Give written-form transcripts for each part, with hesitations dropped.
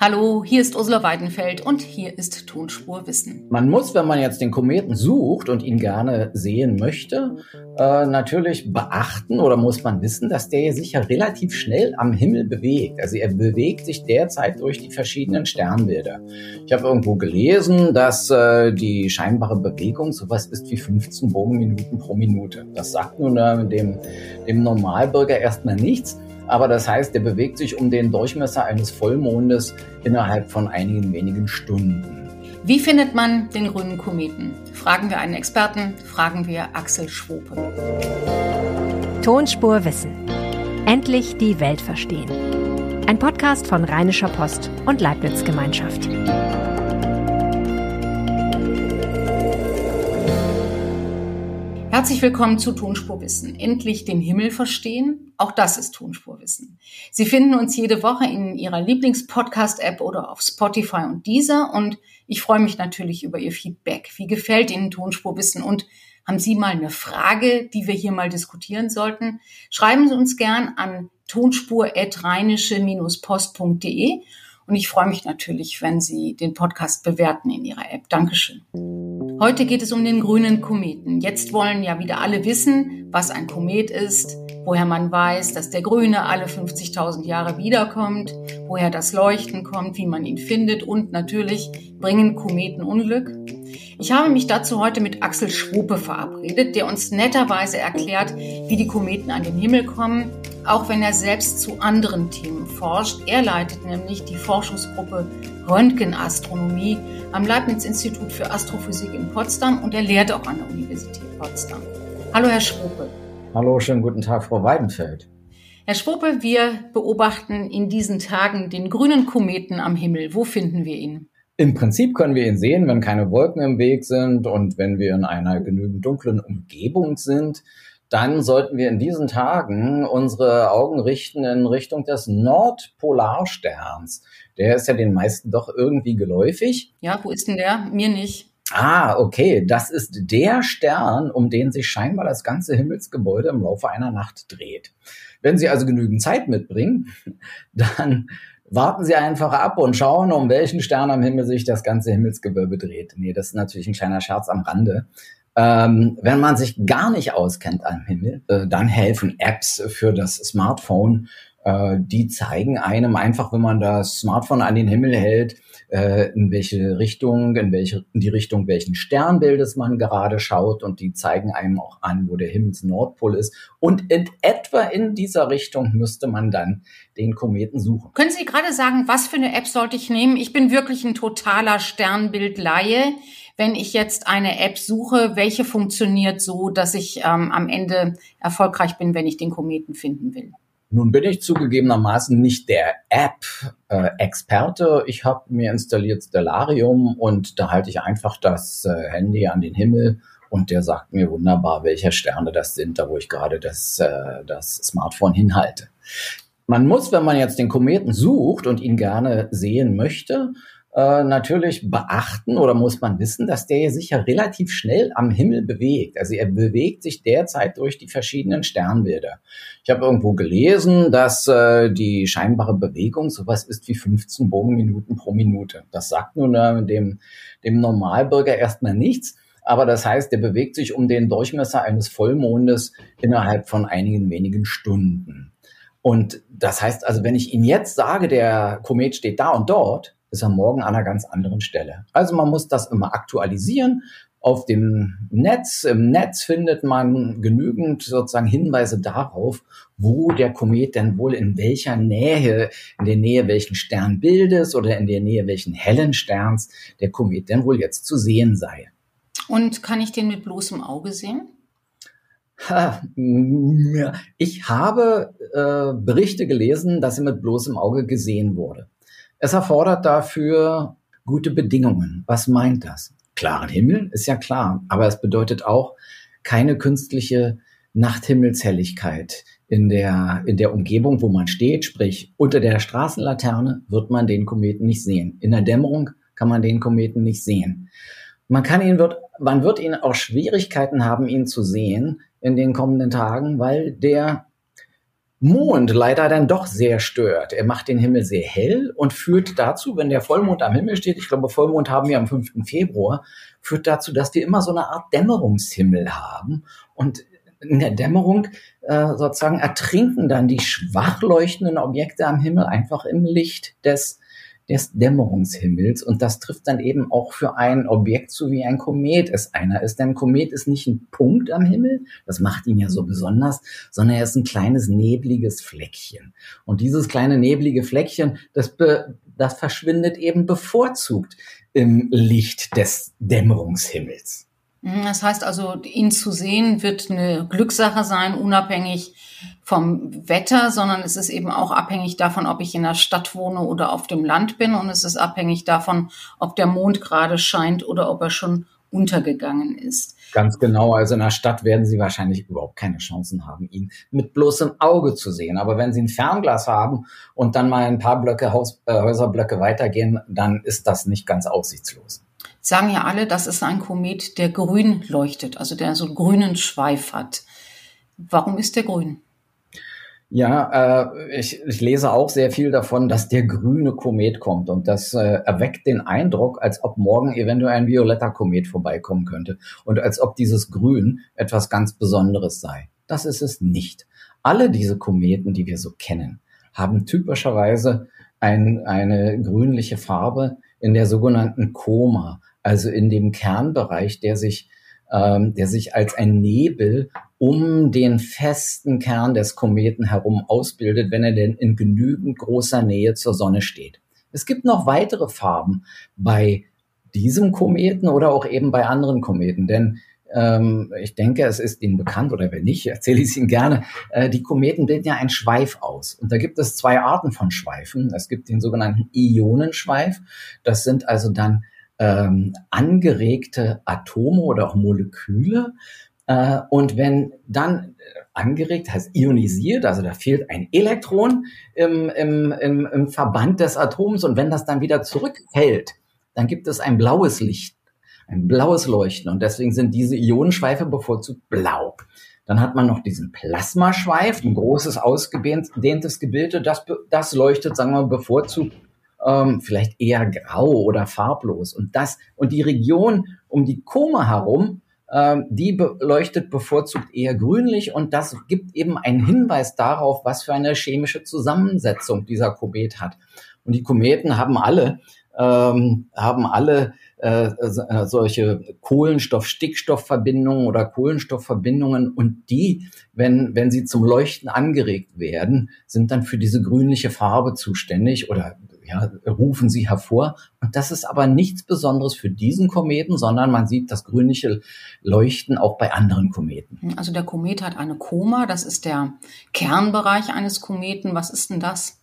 Hallo, hier ist Ursula Weidenfeld und hier ist Tonspur Wissen. Man muss, wenn man jetzt den Kometen sucht und ihn gerne sehen möchte, natürlich beachten oder muss man wissen, dass der sich ja relativ schnell am Himmel bewegt. Also er bewegt sich derzeit durch die verschiedenen Sternbilder. Ich habe irgendwo gelesen, dass die scheinbare Bewegung sowas ist wie 15 Bogenminuten pro Minute. Das sagt nun dem Normalbürger erstmal nichts. Aber das heißt, der bewegt sich um den Durchmesser eines Vollmondes innerhalb von einigen wenigen Stunden. Wie findet man den grünen Kometen? Fragen wir einen Experten, fragen wir Axel Schwope. Tonspur Wissen. Endlich die Welt verstehen. Ein Podcast von Rheinischer Post und Leibniz Gemeinschaft. Herzlich willkommen zu Tonspur Wissen. Endlich den Himmel verstehen? Auch das ist Tonspur Wissen. Sie finden uns jede Woche in Ihrer Lieblings-Podcast-App oder auf Spotify und Deezer. Und ich freue mich natürlich über Ihr Feedback. Wie gefällt Ihnen Tonspur Wissen? Und haben Sie mal eine Frage, die wir hier mal diskutieren sollten? Schreiben Sie uns gern an tonspur@rheinische-post.de. Und ich freue mich natürlich, wenn Sie den Podcast bewerten in Ihrer App. Dankeschön. Heute geht es um den grünen Kometen. Jetzt wollen ja wieder alle wissen, was ein Komet ist, woher man weiß, dass der Grüne alle 50.000 Jahre wiederkommt, woher das Leuchten kommt, wie man ihn findet und natürlich bringen Kometen Unglück. Ich habe mich dazu heute mit Axel Schwope verabredet, der uns netterweise erklärt, wie die Kometen an den Himmel kommen, auch wenn er selbst zu anderen Themen forscht. Er leitet nämlich die Forschungsgruppe Röntgenastronomie am Leibniz-Institut für Astrophysik in Potsdam und er lehrt auch an der Universität Potsdam. Hallo, Herr Schwope. Hallo, schönen guten Tag, Frau Weidenfeld. Herr Schwope, wir beobachten in diesen Tagen den grünen Kometen am Himmel. Wo finden wir ihn? Im Prinzip können wir ihn sehen, wenn keine Wolken im Weg sind und wenn wir in einer genügend dunklen Umgebung sind. Dann sollten wir in diesen Tagen unsere Augen richten in Richtung des Nordpolarsterns. Der ist ja den meisten doch irgendwie geläufig. Ja, wo ist denn der? Mir nicht. Okay. Das ist der Stern, um den sich scheinbar das ganze Himmelsgebäude im Laufe einer Nacht dreht. Wenn Sie also genügend Zeit mitbringen, dann warten Sie einfach ab und schauen, um welchen Stern am Himmel sich das ganze Himmelsgewölbe dreht. Nee, das ist natürlich ein kleiner Scherz am Rande. Wenn man sich gar nicht auskennt am Himmel, dann helfen Apps für das Smartphone. Die zeigen einem einfach, wenn man das Smartphone an den Himmel hält, in welche Richtung, in die Richtung welchen Sternbildes man gerade schaut, und die zeigen einem auch an, wo der Himmelsnordpol ist. Und in etwa in dieser Richtung müsste man dann den Kometen suchen. Können Sie gerade sagen, was für eine App sollte ich nehmen? Ich bin wirklich ein totaler Sternbildlaie. Wenn ich jetzt eine App suche, welche funktioniert so, dass ich am Ende erfolgreich bin, wenn ich den Kometen finden will? Nun bin ich zugegebenermaßen nicht der App-Experte. Ich habe mir installiert Stellarium und da halte ich einfach das Handy an den Himmel und der sagt mir wunderbar, welche Sterne das sind, da wo ich gerade das Smartphone hinhalte. Man muss, wenn man jetzt den Kometen sucht und ihn gerne sehen möchte, natürlich beachten oder muss man wissen, dass der sich ja relativ schnell am Himmel bewegt. Also er bewegt sich derzeit durch die verschiedenen Sternbilder. Ich habe irgendwo gelesen, dass die scheinbare Bewegung sowas ist wie 15 Bogenminuten pro Minute. Das sagt nun dem Normalbürger erstmal nichts. Aber das heißt, der bewegt sich um den Durchmesser eines Vollmondes innerhalb von einigen wenigen Stunden. Und das heißt also, wenn ich Ihnen jetzt sage, der Komet steht da und dort, ist er morgen an einer ganz anderen Stelle. Also man muss das immer aktualisieren. Auf dem Netz, im Netz findet man genügend sozusagen Hinweise darauf, wo der Komet denn wohl in welcher Nähe, in der Nähe welchen Sternbildes oder in der Nähe welchen hellen Sterns der Komet denn wohl jetzt zu sehen sei. Und kann ich den mit bloßem Auge sehen? Ich habe Berichte gelesen, dass er mit bloßem Auge gesehen wurde. Es erfordert dafür gute Bedingungen. Was meint das? Klaren Himmel ist ja klar, aber es bedeutet auch keine künstliche Nachthimmelshelligkeit in der Umgebung, wo man steht, sprich unter der Straßenlaterne wird man den Kometen nicht sehen. In der Dämmerung kann man den Kometen nicht sehen. Man wird ihn auch Schwierigkeiten haben, ihn zu sehen in den kommenden Tagen, weil der Mond leider dann doch sehr stört. Er macht den Himmel sehr hell und führt dazu, wenn der Vollmond am Himmel steht, ich glaube, Vollmond haben wir am 5. Februar, führt dazu, dass wir immer so eine Art Dämmerungshimmel haben. Und in der Dämmerung sozusagen ertrinken dann die schwach leuchtenden Objekte am Himmel einfach im Licht des Dämmerungshimmels. Und das trifft dann eben auch für ein Objekt zu, wie ein Komet es einer ist. Denn ein Komet ist nicht ein Punkt am Himmel, das macht ihn ja so besonders, sondern er ist ein kleines nebliges Fleckchen. Und dieses kleine neblige Fleckchen, das verschwindet eben bevorzugt im Licht des Dämmerungshimmels. Das heißt also, ihn zu sehen wird eine Glückssache sein, unabhängig vom Wetter, sondern es ist eben auch abhängig davon, ob ich in der Stadt wohne oder auf dem Land bin. Und es ist abhängig davon, ob der Mond gerade scheint oder ob er schon untergegangen ist. Ganz genau. Also in der Stadt werden Sie wahrscheinlich überhaupt keine Chancen haben, ihn mit bloßem Auge zu sehen. Aber wenn Sie ein Fernglas haben und dann mal ein paar Häuserblöcke weitergehen, dann ist das nicht ganz aussichtslos. Sagen ja alle, das ist ein Komet, der grün leuchtet, also der so einen grünen Schweif hat. Warum ist der grün? Ja, ich lese auch sehr viel davon, dass der grüne Komet kommt. Und das erweckt den Eindruck, als ob morgen eventuell ein violetter Komet vorbeikommen könnte. Und als ob dieses Grün etwas ganz Besonderes sei. Das ist es nicht. Alle diese Kometen, die wir so kennen, haben typischerweise eine grünliche Farbe in der sogenannten Koma, also in dem Kernbereich, der sich als ein Nebel um den festen Kern des Kometen herum ausbildet, wenn er denn in genügend großer Nähe zur Sonne steht. Es gibt noch weitere Farben bei diesem Kometen oder auch eben bei anderen Kometen, denn ich denke, es ist Ihnen bekannt, oder wenn nicht, erzähle ich es Ihnen gerne. Die Kometen bilden ja einen Schweif aus. Und da gibt es 2 Arten von Schweifen. Es gibt den sogenannten Ionenschweif. Das sind also dann angeregte Atome oder auch Moleküle. Und wenn dann angeregt heißt ionisiert, also da fehlt ein Elektron im Verband des Atoms. Und wenn das dann wieder zurückfällt, dann gibt es ein blaues Licht. Ein blaues Leuchten, und deswegen sind diese Ionenschweife bevorzugt blau. Dann hat man noch diesen Plasmaschweif, ein großes, ausgedehntes Gebilde, das leuchtet, sagen wir, bevorzugt vielleicht eher grau oder farblos. Und die Region um die Koma herum, die leuchtet bevorzugt eher grünlich, und das gibt eben einen Hinweis darauf, was für eine chemische Zusammensetzung dieser Komet hat. Und die Kometen haben alle solche Kohlenstoff-Stickstoff-Verbindungen oder Kohlenstoffverbindungen, und die, wenn sie zum Leuchten angeregt werden, sind dann für diese grünliche Farbe zuständig oder rufen sie hervor. Und das ist aber nichts Besonderes für diesen Kometen, sondern man sieht das grünliche Leuchten auch bei anderen Kometen. Also der Komet hat eine Koma, das ist der Kernbereich eines Kometen. Was ist denn das?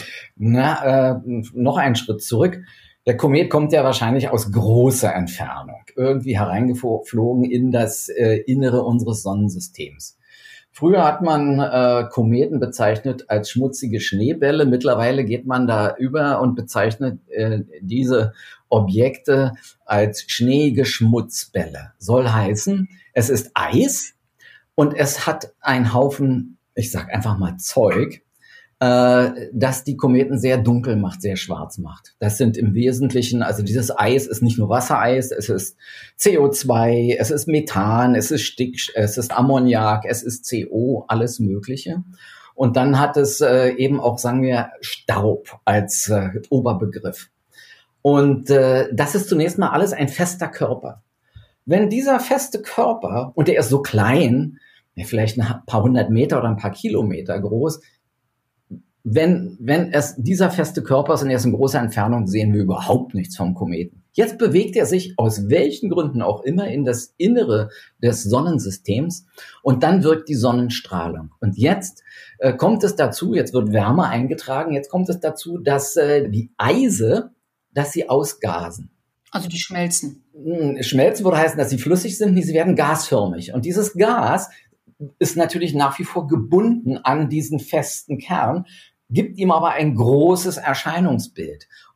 Noch einen Schritt zurück. Der Komet kommt ja wahrscheinlich aus großer Entfernung, irgendwie hereingeflogen in das Innere unseres Sonnensystems. Früher hat man Kometen bezeichnet als schmutzige Schneebälle. Mittlerweile geht man da über und bezeichnet diese Objekte als schneeige Schmutzbälle. Soll heißen, es ist Eis und es hat einen Haufen, ich sag einfach mal Zeug, das die Kometen sehr dunkel macht, sehr schwarz macht. Das sind im Wesentlichen, also dieses Eis ist nicht nur Wassereis, es ist CO2, es ist Methan, es ist es ist Ammoniak, es ist CO, alles Mögliche. Und dann hat es eben auch, sagen wir, Staub als Oberbegriff. Und das ist zunächst mal alles ein fester Körper. Wenn dieser feste Körper, und der ist so klein, vielleicht ein paar 100 Meter oder ein paar Kilometer groß, wenn es dieser feste Körper ist und er ist in großer Entfernung, sehen wir überhaupt nichts vom Kometen. Jetzt bewegt er sich aus welchen Gründen auch immer in das Innere des Sonnensystems, und dann wirkt die Sonnenstrahlung. Und jetzt kommt es dazu, jetzt wird Wärme eingetragen, jetzt kommt es dazu, dass die Eise, dass sie ausgasen. Also die schmelzen. Schmelzen würde heißen, dass sie flüssig sind, sie werden gasförmig. Und dieses Gas ist natürlich nach wie vor gebunden an diesen festen Kern, gibt ihm aber ein großes Erscheinungsbild.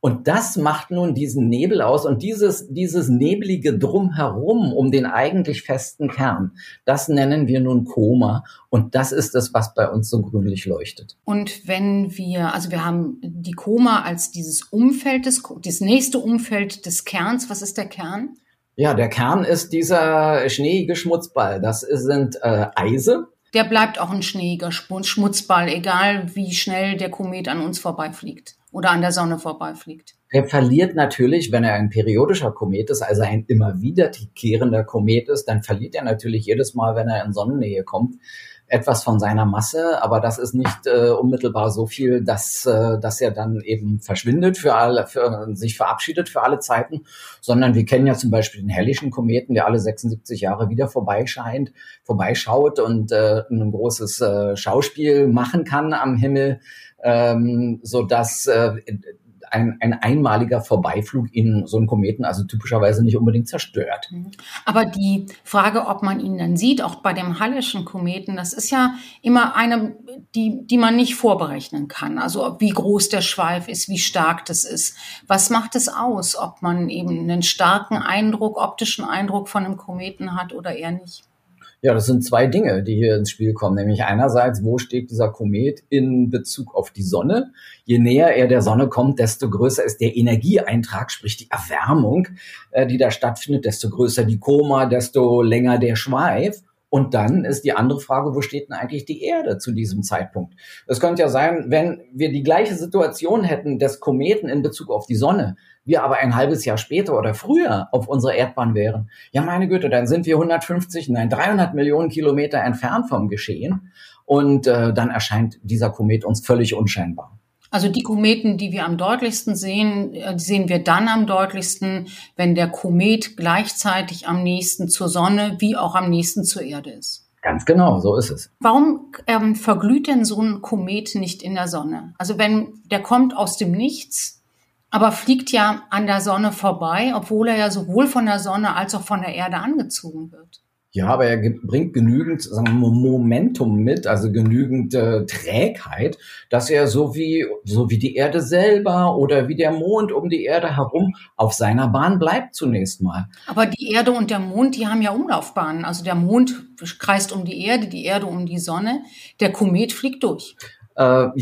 Und das macht nun diesen Nebel aus und dieses nebelige Drumherum um den eigentlich festen Kern, das nennen wir nun Koma und das ist es, was bei uns so grünlich leuchtet. Und wenn wir haben die Koma als dieses Umfeld, das nächste Umfeld des Kerns. Was ist der Kern? Ja, der Kern ist dieser schneeige Schmutzball. Das sind Eise. Der bleibt auch ein schneeiger Schmutzball, egal wie schnell der Komet an uns vorbeifliegt oder an der Sonne vorbeifliegt. Der verliert natürlich, wenn er ein periodischer Komet ist, also ein immer wiederkehrender Komet ist, dann verliert er natürlich jedes Mal, wenn er in Sonnennähe kommt, etwas von seiner Masse, aber das ist nicht unmittelbar so viel, dass er dann eben verschwindet sich verabschiedet für alle Zeiten, sondern wir kennen ja zum Beispiel den Hellischen Kometen, der alle 76 Jahre wieder vorbeischaut und ein großes Schauspiel machen kann am Himmel, so dass ein einmaliger Vorbeiflug in so einen Kometen also typischerweise nicht unbedingt zerstört. Aber die Frage, ob man ihn dann sieht, auch bei dem Hallischen Kometen, das ist ja immer eine, die man nicht vorberechnen kann. Also wie groß der Schweif ist, wie stark das ist. Was macht es aus, ob man eben einen starken optischen Eindruck von einem Kometen hat oder eher nicht? Ja, das sind zwei Dinge, die hier ins Spiel kommen. Nämlich einerseits, wo steht dieser Komet in Bezug auf die Sonne? Je näher er der Sonne kommt, desto größer ist der Energieeintrag, sprich die Erwärmung, die da stattfindet, desto größer die Koma, desto länger der Schweif. Und dann ist die andere Frage, wo steht denn eigentlich die Erde zu diesem Zeitpunkt? Es könnte ja sein, wenn wir die gleiche Situation hätten des Kometen in Bezug auf die Sonne, wir aber ein halbes Jahr später oder früher auf unserer Erdbahn wären. Ja, meine Güte, dann sind wir 300 Millionen Kilometer entfernt vom Geschehen und dann erscheint dieser Komet uns völlig unscheinbar. Also die Kometen, die wir am deutlichsten sehen, sehen wir dann am deutlichsten, wenn der Komet gleichzeitig am nächsten zur Sonne wie auch am nächsten zur Erde ist. Ganz genau, so ist es. Warum verglüht denn so ein Komet nicht in der Sonne? Also der kommt aus dem Nichts, aber fliegt ja an der Sonne vorbei, obwohl er ja sowohl von der Sonne als auch von der Erde angezogen wird. Ja, aber er bringt genügend Momentum mit, also genügend Trägheit, dass er so wie die Erde selber oder wie der Mond um die Erde herum auf seiner Bahn bleibt zunächst mal. Aber die Erde und der Mond, die haben ja Umlaufbahnen. Also der Mond kreist um die Erde um die Sonne. Der Komet fliegt durch. Der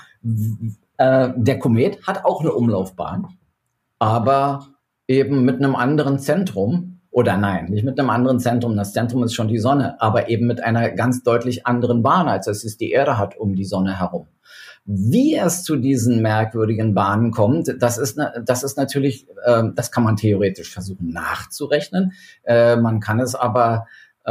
Komet hat auch eine Umlaufbahn, aber eben mit einem anderen Zentrum. Oder nein, nicht mit einem anderen Zentrum. Das Zentrum ist schon die Sonne, aber eben mit einer ganz deutlich anderen Bahn, als es die Erde hat um die Sonne herum. Wie es zu diesen merkwürdigen Bahnen kommt, das ist natürlich, das kann man theoretisch versuchen nachzurechnen. Man kann es aber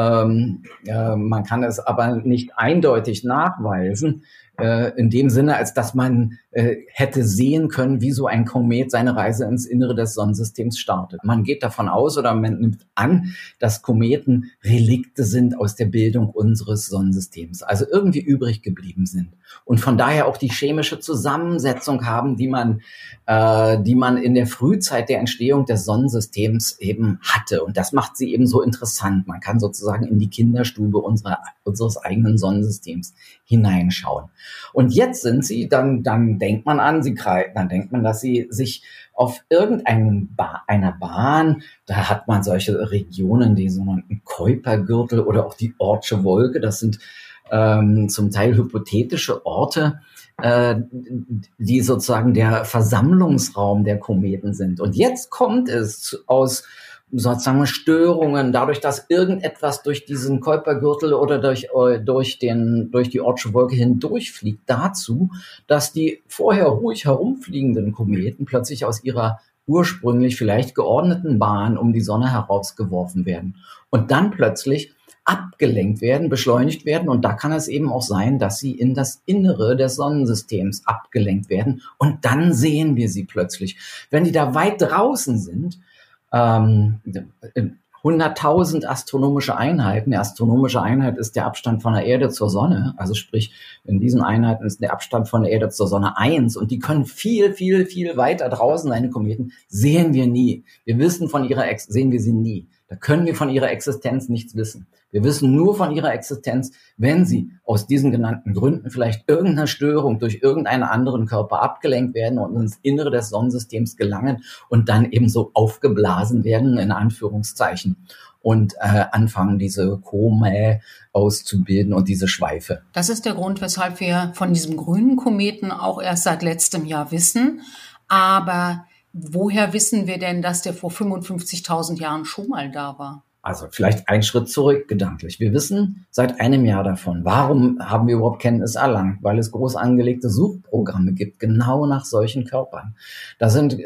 nicht eindeutig nachweisen, in dem Sinne, als dass man hätte sehen können, wie so ein Komet seine Reise ins Innere des Sonnensystems startet. Man geht davon aus oder man nimmt an, dass Kometen Relikte sind aus der Bildung unseres Sonnensystems, also irgendwie übrig geblieben sind und von daher auch die chemische Zusammensetzung haben, die man in der Frühzeit der Entstehung des Sonnensystems eben hatte. Und das macht sie eben so interessant. Man kann sozusagen in die Kinderstube unseres eigenen Sonnensystems hineinschauen. Und jetzt sind sie, dann denkt man, dass sie sich auf einer Bahn, da hat man solche Regionen, die sogenannten Kuipergürtel oder auch die Oortsche Wolke, das sind zum Teil hypothetische Orte, die sozusagen der Versammlungsraum der Kometen sind. Und jetzt kommt es aus sozusagen Störungen, dadurch, dass irgendetwas durch diesen Kuipergürtel oder durch die Oortsche Wolke hindurchfliegt, dazu, dass die vorher ruhig herumfliegenden Kometen plötzlich aus ihrer ursprünglich vielleicht geordneten Bahn um die Sonne herausgeworfen werden und dann plötzlich abgelenkt werden, beschleunigt werden. Und da kann es eben auch sein, dass sie in das Innere des Sonnensystems abgelenkt werden. Und dann sehen wir sie plötzlich. Wenn die da weit draußen sind, 100.000 astronomische Einheiten. Die astronomische Einheit ist der Abstand von der Erde zur Sonne. Also sprich, in diesen Einheiten ist der Abstand von der Erde zur Sonne 1. Und die können viel, viel, viel weiter draußen sein, die Kometen. Sehen wir nie. Wir wissen von sehen wir sie nie. Da können wir von ihrer Existenz nichts wissen. Wir wissen nur von ihrer Existenz, wenn sie aus diesen genannten Gründen vielleicht irgendeiner Störung durch irgendeinen anderen Körper abgelenkt werden und ins Innere des Sonnensystems gelangen und dann eben so aufgeblasen werden, in Anführungszeichen, und anfangen, diese Komae auszubilden und diese Schweife. Das ist der Grund, weshalb wir von diesem grünen Kometen auch erst seit letztem Jahr wissen. Aber woher wissen wir denn, dass der vor 55.000 Jahren schon mal da war? Also vielleicht einen Schritt zurück gedanklich. Wir wissen seit einem Jahr davon. Warum haben wir überhaupt Kenntnis erlangt? Weil es groß angelegte Suchprogramme gibt, genau nach solchen Körpern. Da sind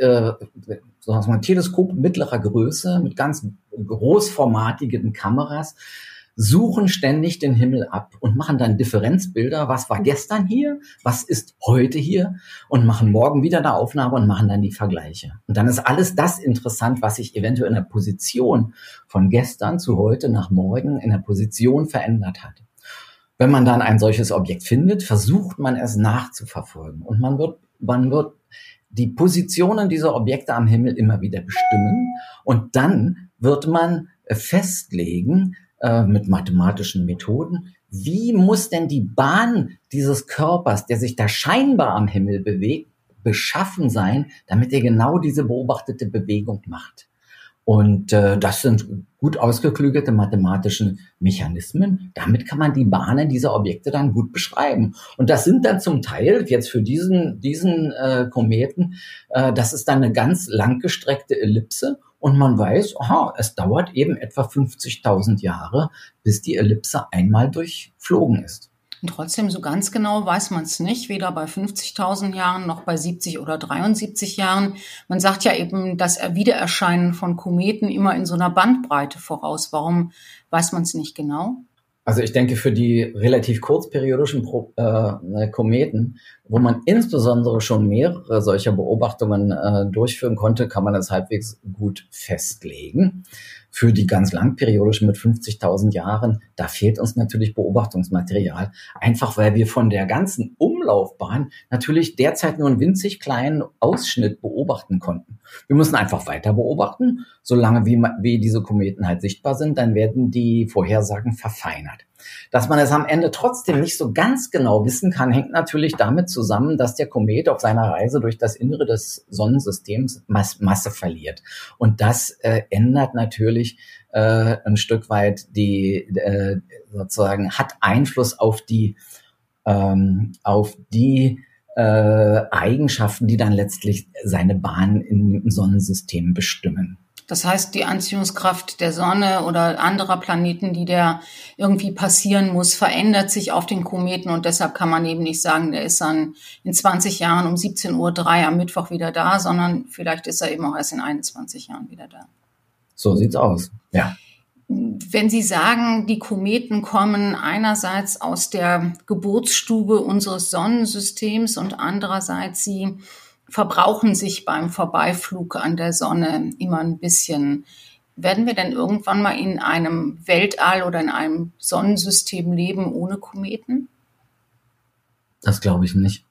Teleskope mittlerer Größe mit ganz großformatigen Kameras, suchen ständig den Himmel ab und machen dann Differenzbilder. Was war gestern hier? Was ist heute hier? Und machen morgen wieder eine Aufnahme und machen dann die Vergleiche. Und dann ist alles das interessant, was sich eventuell in der Position von gestern zu heute nach morgen in der Position verändert hat. Wenn man dann ein solches Objekt findet, versucht man es nachzuverfolgen. Und man wird die Positionen dieser Objekte am Himmel immer wieder bestimmen. Und dann wird man festlegen, mit mathematischen Methoden, wie muss denn die Bahn dieses Körpers, der sich da scheinbar am Himmel bewegt, beschaffen sein, damit er genau diese beobachtete Bewegung macht. Und das sind gut ausgeklügelte mathematische Mechanismen. Damit kann man die Bahnen dieser Objekte dann gut beschreiben. Und das sind dann zum Teil, jetzt für diesen Kometen, das ist dann eine ganz langgestreckte Ellipse. Und man weiß, es dauert eben etwa 50.000 Jahre, bis die Ellipse einmal durchflogen ist. Und trotzdem, so ganz genau weiß man es nicht, weder bei 50.000 Jahren noch bei 70 oder 73 Jahren. Man sagt ja eben, das Wiedererscheinen von Kometen immer in so einer Bandbreite voraus. Warum weiß man es nicht genau? Also ich denke, für die relativ kurzperiodischen Kometen, wo man insbesondere schon mehrere solcher Beobachtungen durchführen konnte, kann man das halbwegs gut festlegen. Für die ganz langperiodischen mit 50.000 Jahren, da fehlt uns natürlich Beobachtungsmaterial, einfach weil wir von der ganzen Umlaufbahn natürlich derzeit nur einen winzig kleinen Ausschnitt beobachten konnten. Wir müssen einfach weiter beobachten, solange wie diese Kometen halt sichtbar sind, dann werden die Vorhersagen verfeinert. Dass man es am Ende trotzdem nicht so ganz genau wissen kann, hängt natürlich damit zusammen, dass der Komet auf seiner Reise durch das Innere des Sonnensystems Masse verliert. Und das ändert natürlich ein Stück weit sozusagen hat Einfluss auf die Eigenschaften, die dann letztlich seine Bahn im Sonnensystem bestimmen. Das heißt, die Anziehungskraft der Sonne oder anderer Planeten, die der irgendwie passieren muss, verändert sich auf den Kometen und deshalb kann man eben nicht sagen, der ist dann in 20 Jahren um 17:03 Uhr am Mittwoch wieder da, sondern vielleicht ist er eben auch erst in 21 Jahren wieder da. So sieht's aus, ja. Wenn Sie sagen, die Kometen kommen einerseits aus der Geburtsstube unseres Sonnensystems und andererseits sie verbrauchen sich beim Vorbeiflug an der Sonne immer ein bisschen. Werden wir denn irgendwann mal in einem Weltall oder in einem Sonnensystem leben ohne Kometen? Das glaube ich nicht.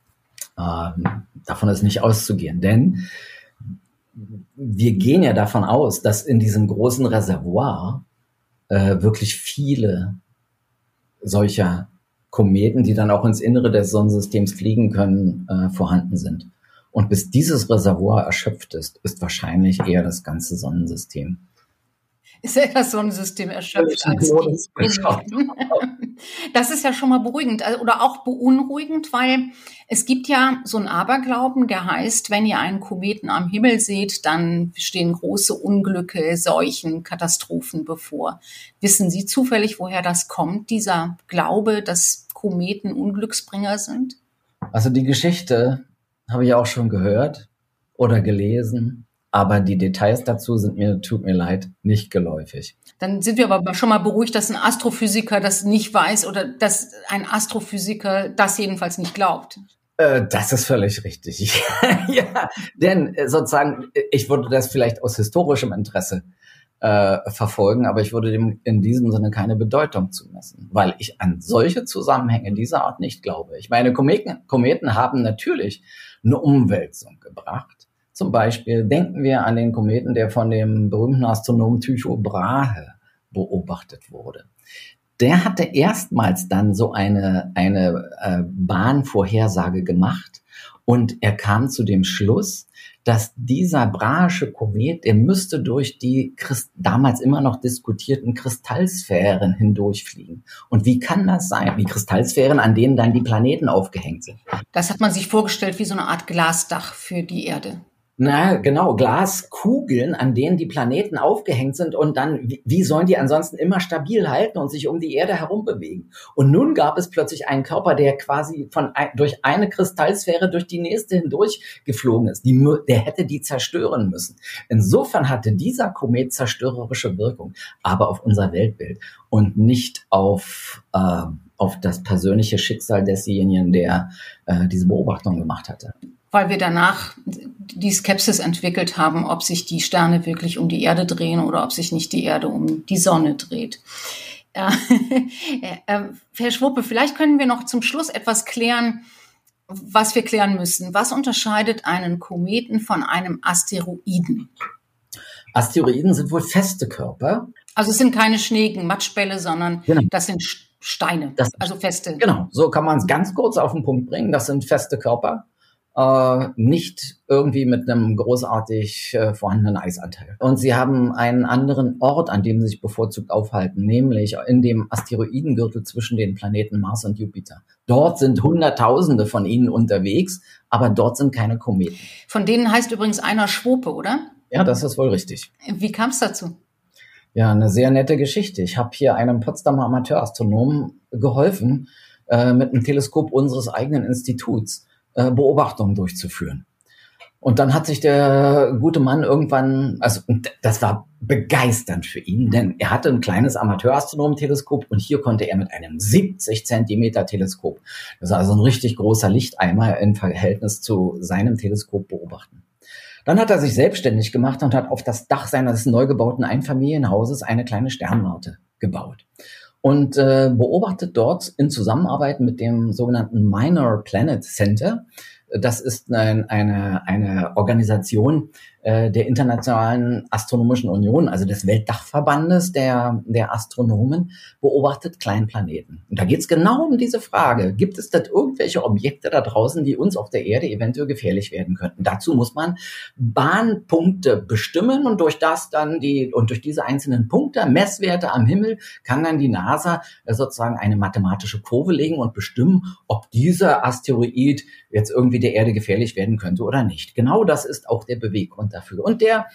Davon ist nicht auszugehen, denn wir gehen ja davon aus, dass in diesem großen Reservoir wirklich viele solcher Kometen, die dann auch ins Innere des Sonnensystems fliegen können, vorhanden sind. Und bis dieses Reservoir erschöpft ist, ist wahrscheinlich eher das ganze Sonnensystem. Ist ja das Sonnensystem erschöpft als die Kometen. Das ist ja schon mal beruhigend oder auch beunruhigend, weil es gibt ja so einen Aberglauben, der heißt, wenn ihr einen Kometen am Himmel seht, dann stehen große Unglücke, Seuchen, Katastrophen bevor. Wissen Sie zufällig, woher das kommt, dieser Glaube, dass Kometen Unglücksbringer sind? Also die Geschichte habe ich auch schon gehört oder gelesen, aber die Details dazu sind mir, tut mir leid, nicht geläufig. Dann sind wir aber schon mal beruhigt, dass ein Astrophysiker das nicht weiß oder dass ein Astrophysiker das jedenfalls nicht glaubt. Das ist völlig richtig. Ja, denn sozusagen, ich würde das vielleicht aus historischem Interesse verfolgen, aber ich würde dem in diesem Sinne keine Bedeutung zumessen, weil ich an solche Zusammenhänge dieser Art nicht glaube. Ich meine, Kometen haben natürlich eine Umwälzung gebracht, Zum Beispiel denken wir an den Kometen, der von dem berühmten Astronomen Tycho Brahe beobachtet wurde. Der hatte erstmals dann so eine Bahnvorhersage gemacht und er kam zu dem Schluss, dass dieser Brahe'sche Komet, der müsste durch die damals immer noch diskutierten Kristallsphären hindurchfliegen. Und wie kann das sein? Die Kristallsphären, an denen dann die Planeten aufgehängt sind. Das hat man sich vorgestellt wie so eine Art Glasdach für die Erde. Na, genau, Glaskugeln, an denen die Planeten aufgehängt sind und dann, wie sollen die ansonsten immer stabil halten und sich um die Erde herum bewegen? Und nun gab es plötzlich einen Körper, der quasi durch eine Kristallsphäre durch die nächste hindurch geflogen ist. Der hätte die zerstören müssen. Insofern hatte dieser Komet zerstörerische Wirkung, aber auf unser Weltbild und nicht auf das persönliche Schicksal desjenigen, der diese Beobachtung gemacht hatte. Weil wir danach die Skepsis entwickelt haben, ob sich die Sterne wirklich um die Erde drehen oder ob sich nicht die Erde um die Sonne dreht. Herr Schwope, vielleicht können wir noch zum Schluss etwas klären, was wir klären müssen. Was unterscheidet einen Kometen von einem Asteroiden? Asteroiden sind wohl feste Körper. Also es sind keine schneeigen Matschbälle, sondern genau. Das sind Steine, also feste. Genau, so kann man es ganz kurz auf den Punkt bringen. Das sind feste Körper. Nicht irgendwie mit einem großartig vorhandenen Eisanteil. Und sie haben einen anderen Ort, an dem sie sich bevorzugt aufhalten, nämlich in dem Asteroidengürtel zwischen den Planeten Mars und Jupiter. Dort sind Hunderttausende von ihnen unterwegs, aber dort sind keine Kometen. Von denen heißt übrigens einer Schwope, oder? Ja, das ist wohl richtig. Wie kam es dazu? Ja, eine sehr nette Geschichte. Ich habe hier einem Potsdamer Amateurastronomen geholfen, mit einem Teleskop unseres eigenen Instituts Beobachtungen durchzuführen. Und dann hat sich der gute Mann irgendwann, also das war begeisternd für ihn, denn er hatte ein kleines Amateurastronomenteleskop und hier konnte er mit einem 70 Zentimeter Teleskop, das ist also ein richtig großer Lichteimer im Verhältnis zu seinem Teleskop, beobachten. Dann hat er sich selbstständig gemacht und hat auf das Dach seines neu gebauten Einfamilienhauses eine kleine Sternwarte gebaut. Und beobachtet dort in Zusammenarbeit mit dem sogenannten Minor Planet Center. Das ist eine Organisation der Internationalen Astronomischen Union, also des Weltdachverbandes der Astronomen, beobachtet Kleinplaneten. Und da geht es genau um diese Frage. Gibt es da irgendwelche Objekte da draußen, die uns auf der Erde eventuell gefährlich werden könnten? Dazu muss man Bahnpunkte bestimmen und durch diese einzelnen Punkte, Messwerte am Himmel, kann dann die NASA sozusagen eine mathematische Kurve legen und bestimmen, ob dieser Asteroid jetzt irgendwie der Erde gefährlich werden könnte oder nicht. Genau das ist auch der Beweggrund dafür. Und der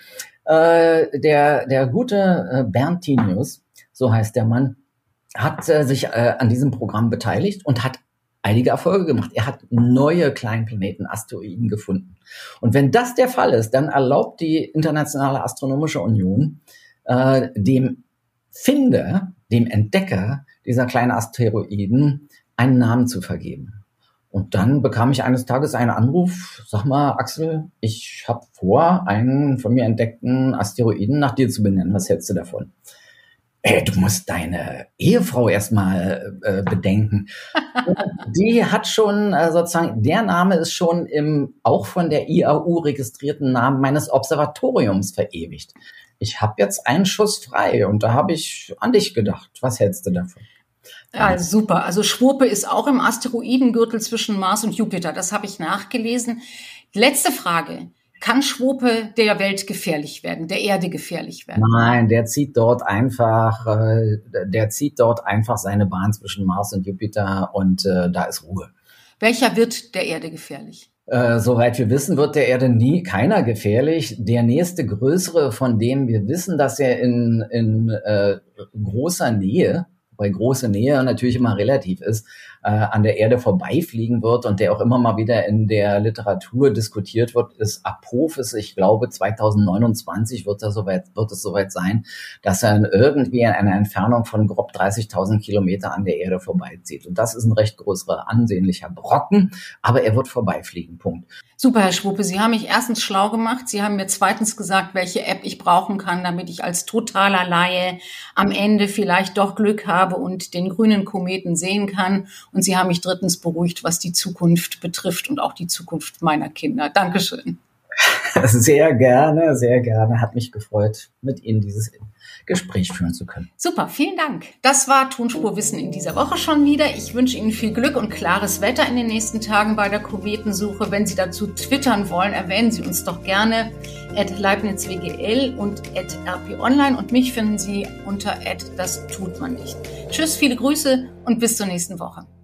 gute Bernd Tinius, so heißt der Mann, hat sich an diesem Programm beteiligt und hat einige Erfolge gemacht. Er hat neue Kleinplaneten, Asteroiden gefunden. Und wenn das der Fall ist, dann erlaubt die Internationale Astronomische Union dem Entdecker dieser kleinen Asteroiden einen Namen zu vergeben. Und dann bekam ich eines Tages einen Anruf, sag mal, Axel, ich habe vor, einen von mir entdeckten Asteroiden nach dir zu benennen. Was hältst du davon? Du musst deine Ehefrau erstmal bedenken. Die hat schon sozusagen, der Name ist schon auch von der IAU registrierten Namen meines Observatoriums verewigt. Ich habe jetzt einen Schuss frei und da habe ich an dich gedacht. Was hältst du davon? Ja, super. Also Schwope ist auch im Asteroidengürtel zwischen Mars und Jupiter. Das habe ich nachgelesen. Letzte Frage. Kann Schwope der Welt gefährlich werden, der Erde gefährlich werden? Nein, der zieht dort einfach seine Bahn zwischen Mars und Jupiter und da ist Ruhe. Welcher wird der Erde gefährlich? Soweit wir wissen, wird der Erde keiner gefährlich. Der nächste größere, von dem wir wissen, dass er in großer Nähe, weil große Nähe natürlich immer relativ ist, an der Erde vorbeifliegen wird und der auch immer mal wieder in der Literatur diskutiert wird, ist Apophis. Ich glaube, 2029 wird es soweit sein, dass er irgendwie in einer Entfernung von grob 30.000 Kilometer an der Erde vorbeizieht. Und das ist ein recht größerer, ansehnlicher Brocken, aber er wird vorbeifliegen, Punkt. Super, Herr Schwope, Sie haben mich erstens schlau gemacht. Sie haben mir zweitens gesagt, welche App ich brauchen kann, damit ich als totaler Laie am Ende vielleicht doch Glück habe und den grünen Kometen sehen kann. Und Sie haben mich drittens beruhigt, was die Zukunft betrifft und auch die Zukunft meiner Kinder. Dankeschön. Sehr gerne, sehr gerne. Hat mich gefreut, mit Ihnen dieses Gespräch führen zu können. Super, vielen Dank. Das war Tonspurwissen in dieser Woche schon wieder. Ich wünsche Ihnen viel Glück und klares Wetter in den nächsten Tagen bei der Kometensuche. Wenn Sie dazu twittern wollen, erwähnen Sie uns doch gerne @leibnizwgl und @rponline und mich finden Sie unter @das tut man nicht. Tschüss, viele Grüße und bis zur nächsten Woche.